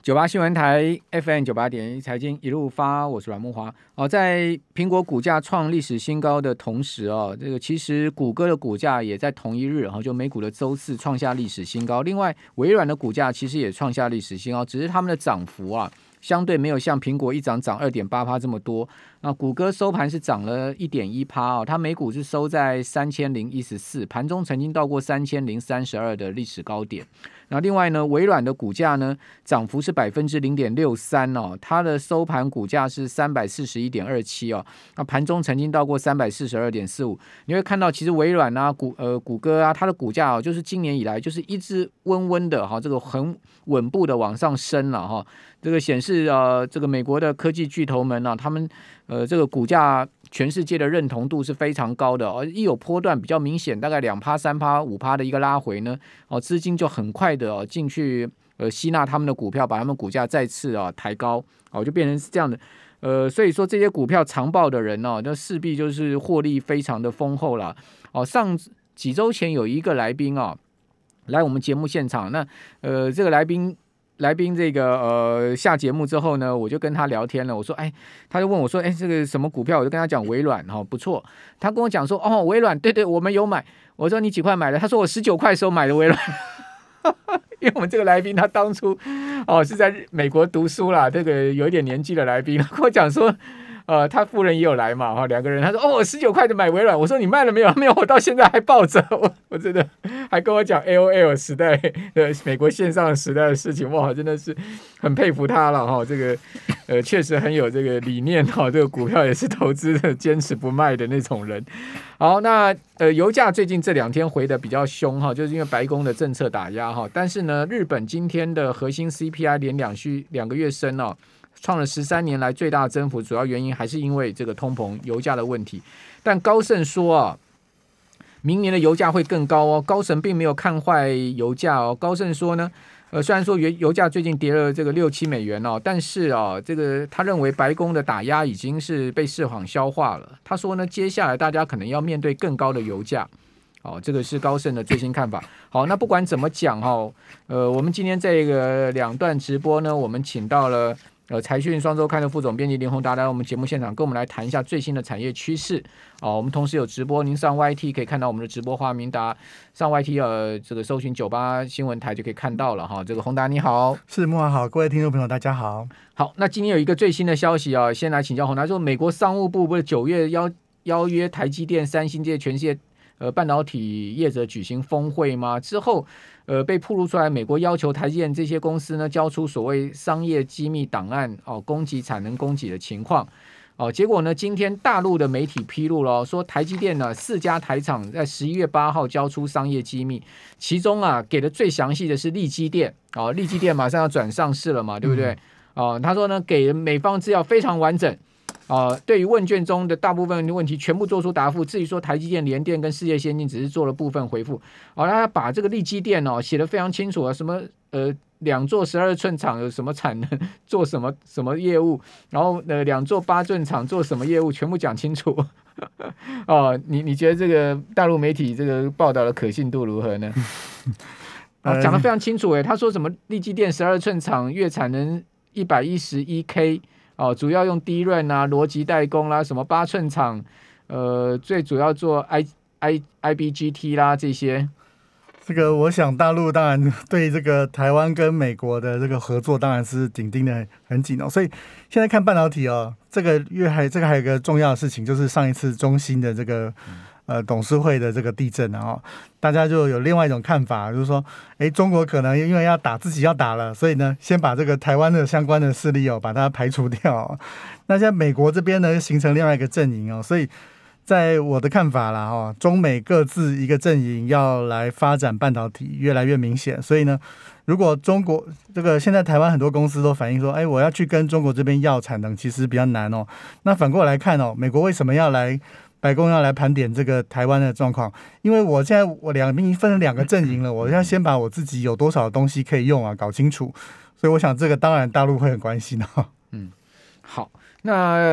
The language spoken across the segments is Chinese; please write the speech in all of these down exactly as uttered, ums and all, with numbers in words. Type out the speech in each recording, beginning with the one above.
九八新闻台 F M 九八点一财经一路发，我是阮慕骅。哦，在苹果股价创历史新高的同时哦，这个其实谷歌的股价也在同一日，然后就美股的周四创下历史新高。另外，微软的股价其实也创下历史新高，只是他们的涨幅啊，相对没有像苹果一涨涨 二点八趴 这么多。那谷歌收盘是涨了 一点一趴 哦，它每股是收在三千零一十四，盘中曾经到过三千零三十二的历史高点。那另外呢，微软的股价呢涨幅是百分之零点六三哦，它的收盘股价是三百四十一点二七哦，那盘中曾经到过三百四十二点四五。你会看到，其实微软啊、谷呃谷歌啊，它的股价哦，就是今年以来就是一直温温的哈、哦，这个很稳步的往上升了哈、哦。这个显示呃，这个美国的科技巨头们啊，他们呃这个股价全世界的认同度是非常高的哦，一有波段比较明显，大概两趴、三趴、五趴的一个拉回呢，哦，资金就很快的哦进去呃吸纳他们的股票，把他们股价再次啊、哦、抬高，哦，就变成是这样的。呃，所以说这些股票长抱的人哦，那势必就是获利非常的丰厚了。哦，上几周前有一个来宾哦来我们节目现场，那呃这个来宾。来宾这个呃下节目之后呢，我就跟他聊天了。我说，哎，他就问我说，哎，这个什么股票？我就跟他讲微软哈、哦，不错。他跟我讲说，哦，微软，对对，我们有买。我说你几块买的？他说我十九块的时候买的微软。因为我们这个来宾他当初哦是在美国读书啦，这个有一点年纪的来宾跟我讲说。呃，他夫人也有来嘛，哈，两个人，他说，哦，我十九块就买微软，我说你卖了没有？没有，我到现在还抱着，我我真的还跟我讲 A O L 时代的美国线上时代的事情，哇，真的是很佩服他了哈，这个呃确实很有这个理念哈，这个股票也是投资的坚持不卖的那种人。好，那呃油价最近这两天回的比较凶哈，就是因为白宫的政策打压哈，但是呢，日本今天的核心 C P I 连两续两个月升哦。创了十三年来最大的增幅，主要原因还是因为这个通膨油价的问题。但高盛说啊，明年的油价会更高哦。高盛并没有看坏油价哦。高盛说呢，呃，虽然说油价最近跌了这个六七美元哦，但是啊，这个他认为白宫的打压已经是被市场消化了。他说呢，接下来大家可能要面对更高的油价。哦，这个是高盛的最新看法。好，那不管怎么讲哈、哦，呃，我们今天这个两段直播呢，我们请到了。呃，财讯双周刊的副总编辑林宏达来我们节目现场，跟我们来谈一下最新的产业趋势。哦，我们同时有直播，您上 Y T 可以看到我们的直播画面，大家上 Y T 呃，这个搜寻九八新闻台就可以看到了哈。这个宏达你好， 是慕骅好，各位听众朋友大家好。 好，那今天有一个最新的消息啊，先来请教宏达，说美国商务部不是九月邀邀约台积电、三星这些全世界呃半导体业者举行峰会吗？之后。呃，被曝露出来，美国要求台积电这些公司呢，交出所谓商业机密档案哦，供给产能供给的情况哦。结果呢，今天大陆的媒体披露了，说台积电呢四家台厂在十一月八号交出商业机密，其中啊给的最详细的是力积电哦，力积电马上要转上市了嘛，对不对？哦，他说呢，给美方资料非常完整。呃，对于问卷中的大部分问题全部做出答复，至于说台积电、联电跟世界先进只是做了部分回复。哦，他把这个力积电哦写得非常清楚啊，什么呃两座十二寸厂有什么产能，做什么什么业务，然后呃两座八寸厂做什么业务，全部讲清楚。哦，你你觉得这个大陆媒体这个报道的可信度如何呢？啊，讲得非常清楚哎，他说什么力积电十二寸厂月产能一百一十一 K。哦，主要用低润啊、逻辑代工啦，什么八寸厂，呃，最主要做 I I I B G T 啦这些。 这个我想大陆当然对这个台湾跟美国的这个合作当然是紧盯的很紧哦，所以现在看半导体哦，这个月还这个还有一个重要的事情，就是上一次中芯的这个。呃，董事会的这个地震啊、哦，大家就有另外一种看法，就是说，哎，中国可能因为要打自己要打了，所以呢，先把这个台湾的相关的势力哦，把它排除掉、哦。那现在美国这边呢，形成另外一个阵营哦，所以在我的看法啦，哦，中美各自一个阵营要来发展半导体越来越明显，所以呢，如果中国这个现在台湾很多公司都反映说，哎，我要去跟中国这边要产能，其实比较难哦。那反过来看哦，美国为什么要来？白宫要来盘点这个台湾的状况，因为我现在我两边分成两个阵营了，我要先把我自己有多少东西可以用啊搞清楚，所以我想这个当然大陆会很关心哦。 嗯，好，那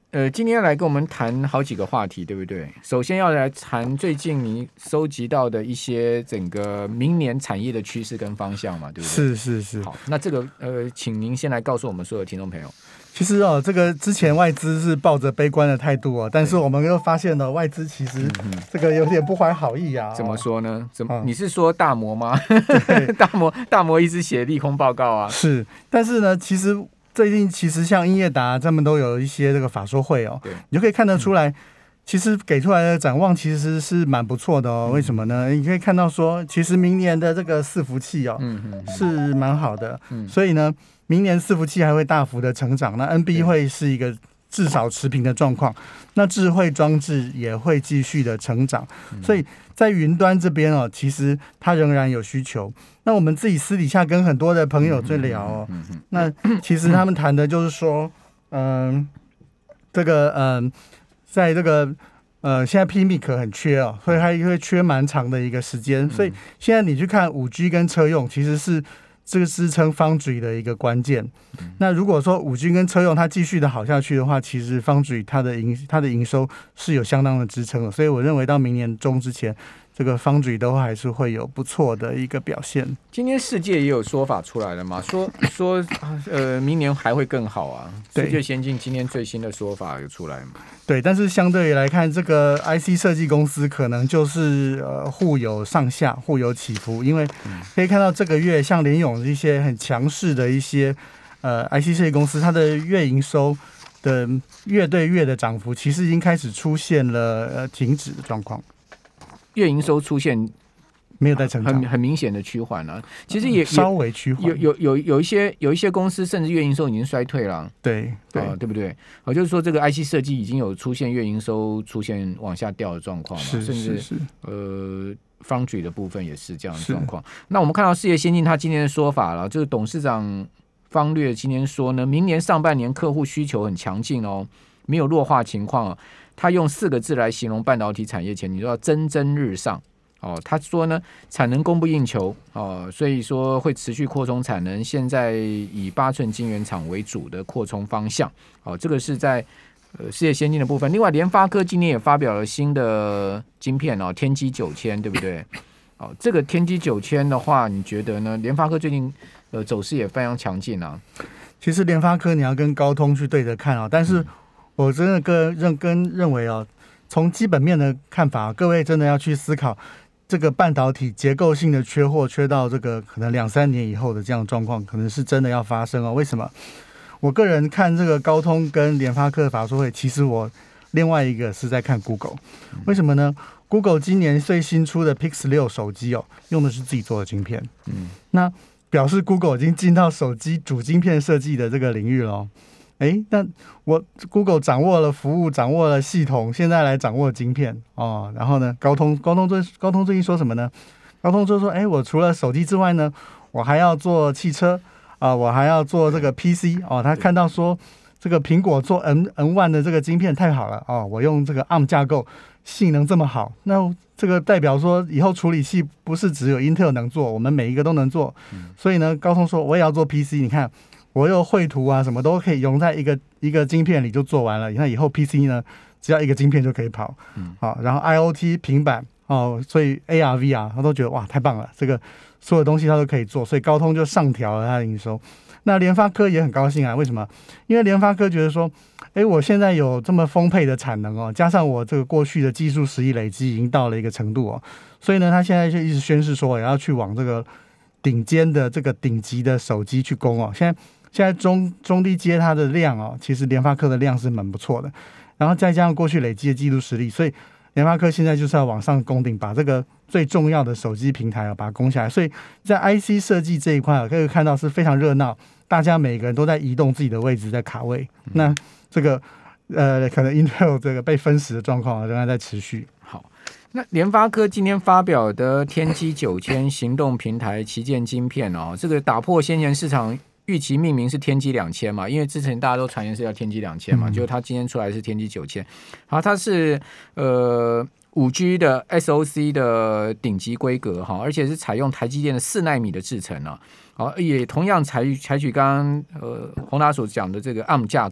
呃，今天要来跟我们谈好几个话题，对不对？首先要来谈最近你收集到的一些整个明年产业的趋势跟方向嘛，对不对？ 是是是。 好，那这个呃，请您先来告诉我们所有听众朋友。 其实哦，这个之前外资是抱着悲观的态度哦，但是我们又发现了外资其实这个有点不怀好意啊。 怎么说呢？怎么？ 嗯、 你是说大摩吗？大摩大摩一直写利空报告啊。 是，但是呢，其实最近其实像英业达他们都有一些这个法说会哦，你就可以看得出来。嗯其实给出来的展望其实是蛮不错的哦，为什么呢？你可以看到说，其实明年的这个伺服器哦，嗯嗯嗯是蛮好的，嗯、所以呢，明年伺服器还会大幅的成长，那 N B 会是一个至少持平的状况，那智慧装置也会继续的成长，所以在云端这边哦，其实它仍然有需求。那我们自己私底下跟很多的朋友在聊哦，那其实他们谈的就是说，嗯，这个嗯。在这个呃，现在 P M I C 很缺哦，所以它会缺蛮长的一个时间。所以现在你去看五 G 跟车用，其实是这个支撑 Foundry 的一个关键。那如果说五 G 跟车用它继续的好下去的话，其实 Foundry 它的营它的营收是有相当的支撑的。所以我认为到明年中之前，这个 Foundry 都还是会有不错的一个表现。 今天世界也有说法出来了嘛，说说呃，明年还会更好啊。世界先进今天最新的说法有出来嘛？ 对，但是相对来看，这个 I C 设计公司可能就是呃互有上下，互有起伏，因为可以看到这个月像联咏一些很强势的一些呃 I C 设计公司，它的月营收的月对月的涨幅，其实已经开始出现了呃停止的状况。 月营收出现没有在成长， 很很明显的趋缓了。其实也、嗯、 稍微趋缓， 有有有有一些有一些公司甚至月营收已经衰退了。 对对、 呃、对不对？哦，就是说这个 I C 设计已经有出现月营收出现往下掉的状况嘛， 是甚至是是呃 Foundry 的部分也是这样的状况。那我们看到世界先进他今天的说法了，就是董事长方略今天说呢，明年上半年客户需求很强劲哦，没有弱化情况、哦。他用四个字来形容半导体产业前景，叫蒸蒸日上。哦，他说呢，产能供不应求哦，所以说会持续扩充产能。现在以八寸晶圆厂为主的扩充方向。哦，这个是在呃世界先进的部分。另外，联发科今年也发表了新的晶片哦，天玑九千，对不对？哦，这个天玑九千的话，你觉得呢？联发科最近呃走势也非常强劲啊。 其实联发科你要跟高通去对着看啊，但是。嗯我真的跟认跟认为哦，从基本面的看法，各位真的要去思考这个半导体结构性的缺货，缺到这个可能两三年以后的这样的状况，可能是真的要发生哦。为什么？我个人看这个高通跟联发科的法说会，其实我另外一个是在看 Google， 为什么呢 ？Google 今年最新出的 Pixel 六手机哦，用的是自己做的晶片，嗯，那表示 Google 已经进到手机主晶片设计的这个领域了、哦。哎，那我 Google 掌握了服务，掌握了系统，现在来掌握晶片哦。然后呢，高通高通最高通最近说什么呢？高通就说，哎，我除了手机之外呢，我还要做汽车啊、呃，我还要做这个 P C 哦。他看到说，这个苹果做 N N 一的这个晶片太好了哦，我用这个 A R M 架构，性能这么好，那这个代表说以后处理器不是只有 Intel 能做，我们每一个都能做。所以呢，高通说我也要做 P C， 你看。我有绘图啊，什么都可以融在一个一个晶片里就做完了。你看以后 P C 呢，只要一个晶片就可以跑，嗯，好，然后 I O T 平板哦，所以 A R V R 他都觉得哇太棒了，这个所有东西他都可以做，所以高通就上调了它的营收。那联发科也很高兴啊，为什么？因为联发科觉得说，哎，我现在有这么丰沛的产能哦，加上我这个过去的技术实力累积已经到了一个程度哦，所以呢，他现在就一直宣示说，我要去往这个顶尖的这个顶级的手机去攻哦，现在。现在中中低阶它的量哦，其实联发科的量是蛮不错的，然后再加上过去累积的技术实力，所以联发科现在就是要往上攻顶，把这个最重要的手机平台啊把它攻下来。所以在 I C 设计这一块可以看到是非常热闹，大家每个人都在移动自己的位置在卡位。嗯、那这个呃，可能 Intel 这个被分食的状况仍然在持续。 好。那联发科今天发表的天玑九千行动平台旗舰晶片哦，这个打破先前市场预期命名是天玑两千嘛，因为之前大家都传言是要天玑两千嘛，嗯、结果它今天出来是天玑九千，好，它是呃五 G 的 S O C 的顶级规格哈，而且是采用台积电的四奈米的制程啊，好，也同样采采取刚刚呃宏达所讲的这个 A R M 架构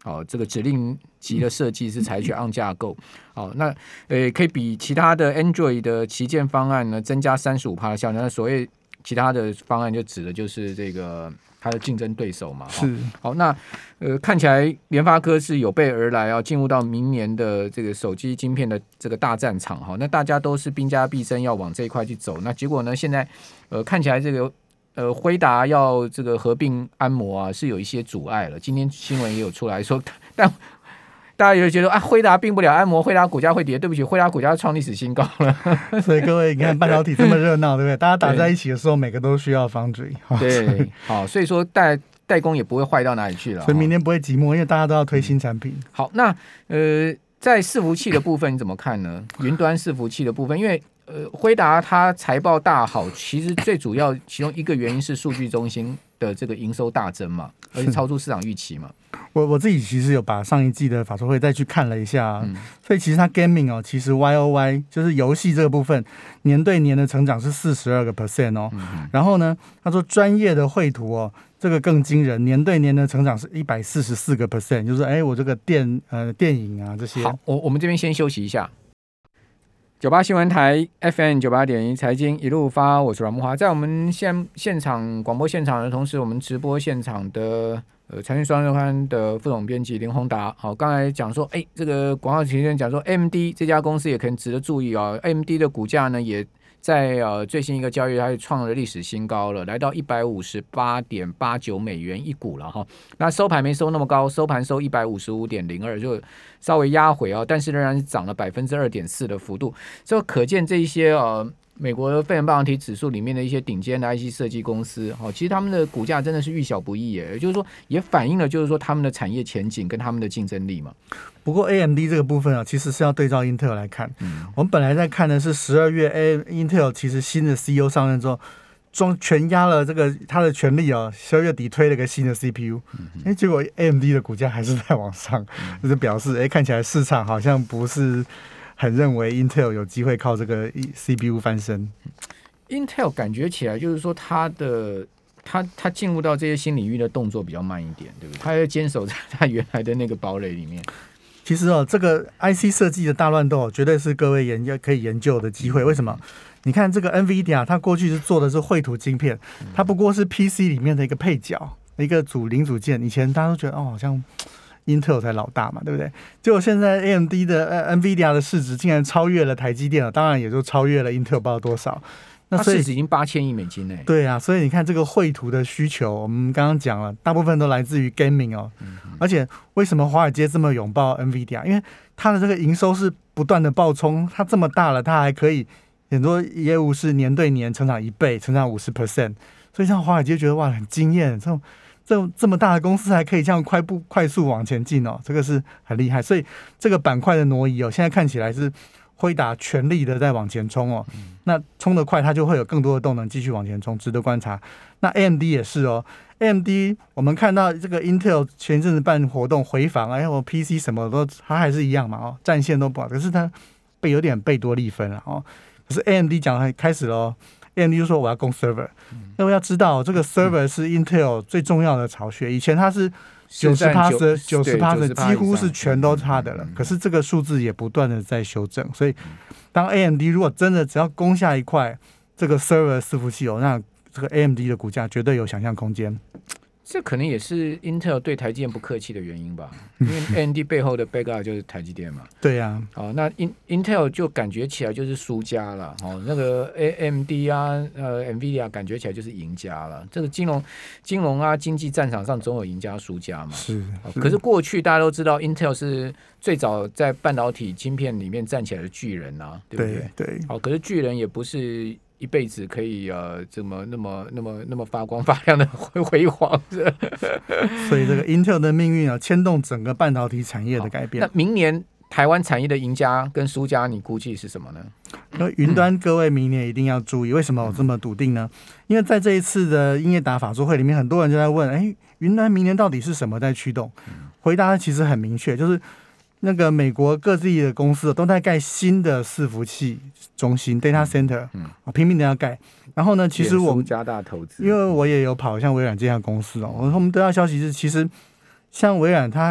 哦，这个指令集的设计是采取 on 架构，哦，那呃可以比其他的 Android 的旗舰方案呢增加 百分之三十五 的效能。那所谓其他的方案就指的就是这个它的竞争对手嘛。 是， 好，那呃看起来联发科是有备而来啊，进入到明年的这个手机晶片的这个大战场哈。那大家都是兵家必争，要往这一块去走。那结果呢，现在呃看起来这个。呃，辉达要这个合并安摩啊，是有一些阻碍了。今天新闻也有出来说，但大家也觉得啊，辉达并不了安摩，辉达股价会跌。对不起，辉达股价创历史新高了。 所以各位，你看半导体这么热闹，对不对？大家打在一起的时候，每个都需要 foundry。 对，好，所以说代代工也不会坏到哪里去了。 所以明年不会寂寞，因为大家都要推新产品。 好，那呃，在伺服器的部分你怎么看呢？云端伺服器的部分，因为。呃，辉达它财报大好，其实最主要其中一个原因是数据中心的这个营收大增嘛，而且超出市场预期嘛。 我我自己其实有把上一季的法说会再去看了一下，嗯、所以其实它 gaming 哦，其实 Y O Y 就是游戏这个部分年对年的成长是四十二个 percent 哦、嗯。然后呢，他说专业的绘图哦，这个更惊人，年对年的成长是一百四十四个 percent， 就是哎，我这个电呃电影啊这些。 好，我我们这边先休息一下。九八新闻台 F M 九八点一财经一路发，我是阮木华。在我们现现场广播现场的同时，我们直播现场的呃财经双周刊的副总编辑林宏达。好，刚才讲说，哎，这个广告期间讲说 ，A M D 这家公司也可能值得注意啊、哦。A M D 的股价呢，也在呃最新一个交易日，它也创了历史新高了，来到一百五十八点八九美元一股了哈。那收盘没收那么高，收盘收一百五十五点零二，就稍微压回啊，但是仍然是涨了百分之二点四的幅度。这可见这一些呃美国的费城半导体指数里面的一些顶尖的 I C 设计公司，哦，其实他们的股价真的是遇小不易耶，也就是说也反映了就是说他们的产业前景跟他们的竞争力嘛。 不过 A M D 这个部分啊，其实是要对照 Intel 来看。嗯、我们本来在看的是十二月 A Intel 其实新的 C E O 上任之后，装全压了这个他的权力哦，十二月底推了个新的 C P U，哎、嗯，结果 A M D 的股价还是在往上，嗯、就是表示哎，看起来市场好像不是很认为 Intel 有机会靠这个 C P U 翻身。 Intel 感觉起来就是说它的。他他进入到这些新领域的动作比较慢一点，对不对？他要坚守在他原来的那个堡垒里面。 其实哦，这个 I C 设计的大乱斗、哦、绝对是各位研究可以研究的机会。为什么？你看这个 NVIDIA， 它过去是做的是绘图晶片，它不过是 P C 里面的一个配角，一个主零组件。以前大家都觉得哦，好像 Intel 才老大嘛，对不对？结果现在 A M D 的、呃、NVIDIA 的市值竟然超越了台积电了，当然也就超越了 Intel 不知道多少。 那市值已经八千亿美金嘞。 对啊，所以你看这个绘图的需求，我们刚刚讲了，大部分都来自于 gaming 哦。嗯、而且为什么华尔街这么拥抱 NVIDIA？ 因为它的这个营收是不断的爆冲，它这么大了，它还可以很多业务是年对年成长一倍，成长五十 percent， 所以让华尔街觉得哇很惊艳，这种这种这么大的公司还可以这样快步快速往前进哦，这个是很厉害。所以这个板块的挪移哦，现在看起来是。辉达全力的在往前冲哦，那冲得快，它就会有更多的动能继续往前冲，值得观察。那 A M D 也是哦 ，A M D 我们看到这个 Intel 前一阵子办活动回访，哎，我 P C 什么都它还是一样嘛哦，战线都不好，可是它被有点贝多利分了哦。可是 A M D 讲开始了 ，A M D 就说我要攻 server， 那我要知道这个 server 是 Intel 最重要的巢穴，以前它是。九十趴的九十趴的几乎是全都差的了，嗯、可是这个数字也不断的在修正，所以当 A M D 如果真的只要攻下一块这个 server 伺服器哦，那这个 A M D 的股价绝对有想象空间。 这可能也是 Intel 对台积电不客气的原因吧，因为 A M D 背后的 backup 就是台积电嘛。 对呀、啊， 哦，那 Intel 就感觉起来就是输家了，哦，那个 A M D 啊，呃 ，NVIDIA 感觉起来就是赢家了。这个金融、金融啊，经济战场上总有赢家输家嘛。 是， 哦、可是过去大家都知道 Intel 是最早在半导体晶片里面站起来的巨人啊，对不对？ 对对。 好、哦，可是巨人也不是。一辈子可以呃，这么那么那么那么发光发亮的辉煌， 所以这个 Intel 的命运啊，牵动整个半导体产业的改变。 那明年台湾产业的赢家跟输家，你估计是什么呢？ 那云端各位明年一定要注意，为什么我这么笃定呢？因为在这一次的英业达法说会里面，很多人就在问，哎，云端明年到底是什么在驱动？回答其实很明确，就是。那个美国各自的公司都在盖新的伺服器中心 data center， 嗯，拼命的要盖。然后呢，其实我们加大投资， 因为我也有跑像微软这样的公司哦。我们得到消息是，其实像微软它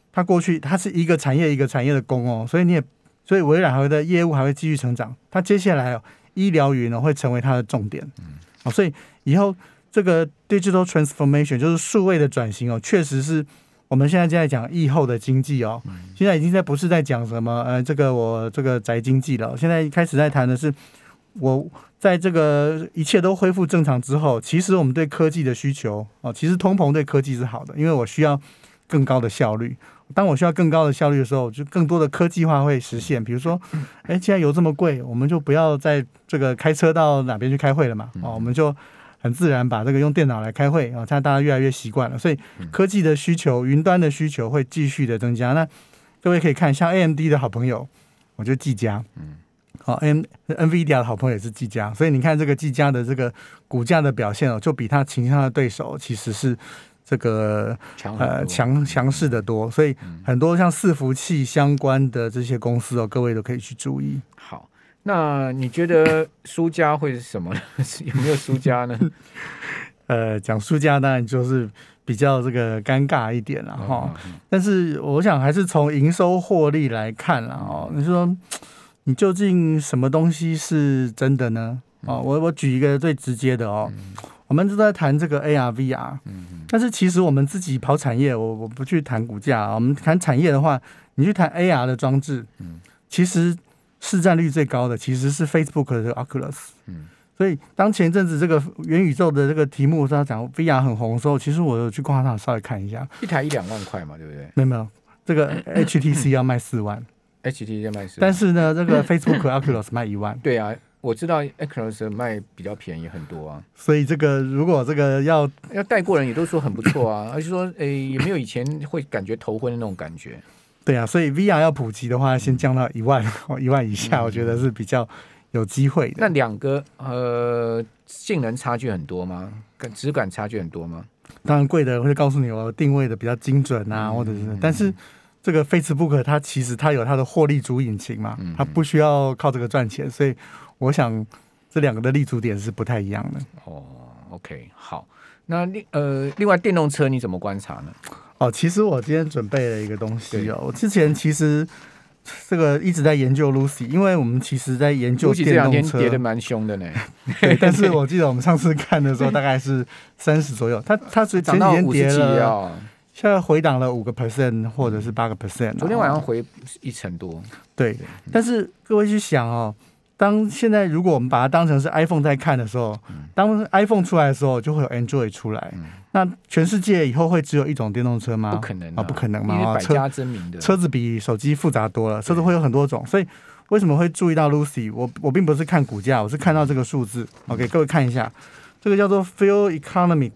它过去它是一个产业一个产业的攻哦，所以你也所以微软还会的业务还会继续成长，它接下来、哦、医疗云呢会成为它的重点，嗯哦、所以以后这个 digital transformation 就是数位的转型哦，确实是我们现在正在讲疫后的经济哦，嗯、现在已经在不是在讲什么呃这个我这个宅经济了，现在开始在谈的是我在这个一切都恢复正常之后，其实我们对科技的需求哦，其实通膨对科技是好的，因为我需要更高的效率。当我需要更高的效率的时候，就更多的科技化会实现。比如说，哎，现在油这么贵，我们就不要再这个开车到哪边去开会了嘛，哦，我们就很自然把这个用电脑来开会啊，现在大家越来越习惯了，所以科技的需求、云端的需求会继续的增加。那各位可以看，像 A M D 的好朋友，我就技嘉，嗯，好 ，N NVIDIA 的好朋友也是技嘉，所以你看这个技嘉的这个股价的表现哦，就比它倾向的对手其实是。这个呃强强势的多，所以很多像伺服器相关的这些公司哦，各位都可以去注意。 好，那你觉得输家会是什么呢？有没有输家呢？ 呃，讲输家当然就是比较这个尴尬一点了哈。嗯嗯、但是我想还是从营收获利来看了哦。你说你究竟什么东西是真的呢？哦，我我举一个最直接的哦。嗯我们都在谈这个 A R、V R， 但是其实我们自己跑产业，我我不去谈股价，我们谈产业的话，你去谈 A R 的装置，其实市占率最高的其实是 Facebook 的 Oculus， 所以当前阵子这个元宇宙的这个题目他讲 V R 很红的时候，其实我有去逛它稍微看一下， 一台一两万块嘛，对不对？ 没有没有，这个 H T C 要卖四万 ，H T C 要卖四万， 但是呢，这个 Facebook Oculus 卖一万， 对啊。我知道 Oculus 卖比较便宜很多啊， 所以这个如果这个要要带过人也都说很不错啊，而且说诶也没有以前会感觉头昏的那种感觉。 对啊，所以 V R 要普及的话，先降到一万一万以下，我觉得是比较有机会的。 那两个呃性能差距很多吗？跟质感差距很多吗？ 当然贵的会告诉你我定位的比较精准啊，嗯、或者是但是。这个 Facebook 它其实它有它的获利主引擎嘛，它不需要靠这个赚钱，所以我想这两个的立足点是不太一样的。 哦 ，OK， 好，那呃，另外电动车你怎么观察呢？ 哦，其实我今天准备了一个东西哦，我之前其实这个一直在研究 Lucy， 因为我们其实在研究电动车，这两天跌得蛮凶的呢。 对，但是我记得我们上次看的时候大概是三十左右，它它前几天跌了。现在回档了五个 percent 或者是八个 percent， 昨天晚上回一成多。 对，对但是各位去想哦，当现在如果我们把它当成是 iPhone 在看的时候，嗯、当 iPhone 出来的时候，就会有 Android 出来。嗯、那全世界以后会只有一种电动车吗？ 不可能啊，不可能嘛！ 因为百家争鸣的车子比手机复杂多了，车子会有很多种，所以为什么会注意到 Lucy？ 我我并不是看股价，我是看到这个数字。我给各位看一下，这个叫做 Fuel Economy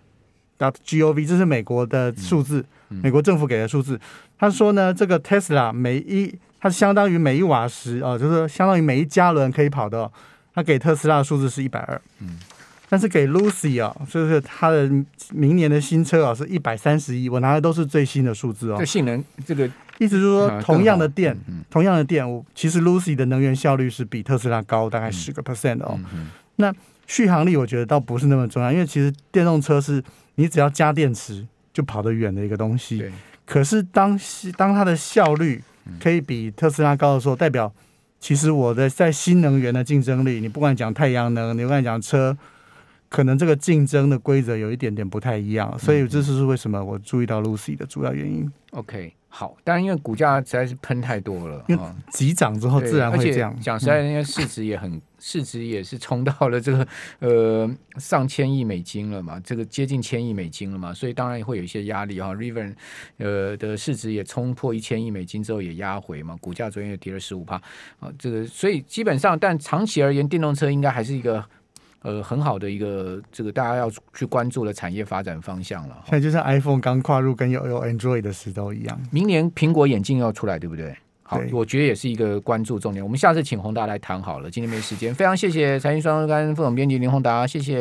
.gov， 这是美国的数字。嗯、美国政府给的数字，他说呢，这个 Tesla 每一它相当于每一瓦时哦，就是相当于每一加仑可以跑的、哦，它给特斯拉的数字是一百二，嗯，但是给 Lucy 哦，就是它的明年的新车哦是一百三十一，我拿的都是最新的数字哦。 这性能这个意思就是说，同样的电，嗯、同样的电，其实 Lucy 的能源效率是比特斯拉高大概十个 percent 哦。嗯嗯、那续航力我觉得倒不是那么重要，因为其实电动车是你只要加电池就跑得远的一个东西。可是当当它的效率可以比特斯拉高的时候，代表其实我的在新能源的竞争力，你不管讲太阳能，你不管讲车，可能这个竞争的规则有一点点不太一样，所以这是为什么我注意到 Lucy 的主要原因。 OK， 好，当然因为股价实在是喷太多了， 因为急涨之后自然会这样。 讲实在，因为市值也很、嗯、市值也是冲到了这个呃上千亿美金了嘛，这个接近千亿美金了嘛，所以当然会有一些压力哈。Rivian 呃的市值也冲破一千亿美金之后也压回嘛，股价昨天也跌了十五趴啊，这个所以基本上，但长期而言，电动车应该还是一个。呃，很好的一个这个大家要去关注的产业发展方向了。 现在就像 iPhone 刚跨入跟有有 Android 的时候一样， 明年苹果眼镜要出来，对不对？好，我觉得也是一个关注重点。我们下次请宏达来谈好了，今天没时间，非常谢谢财经双周刊副总编辑林宏达，谢谢。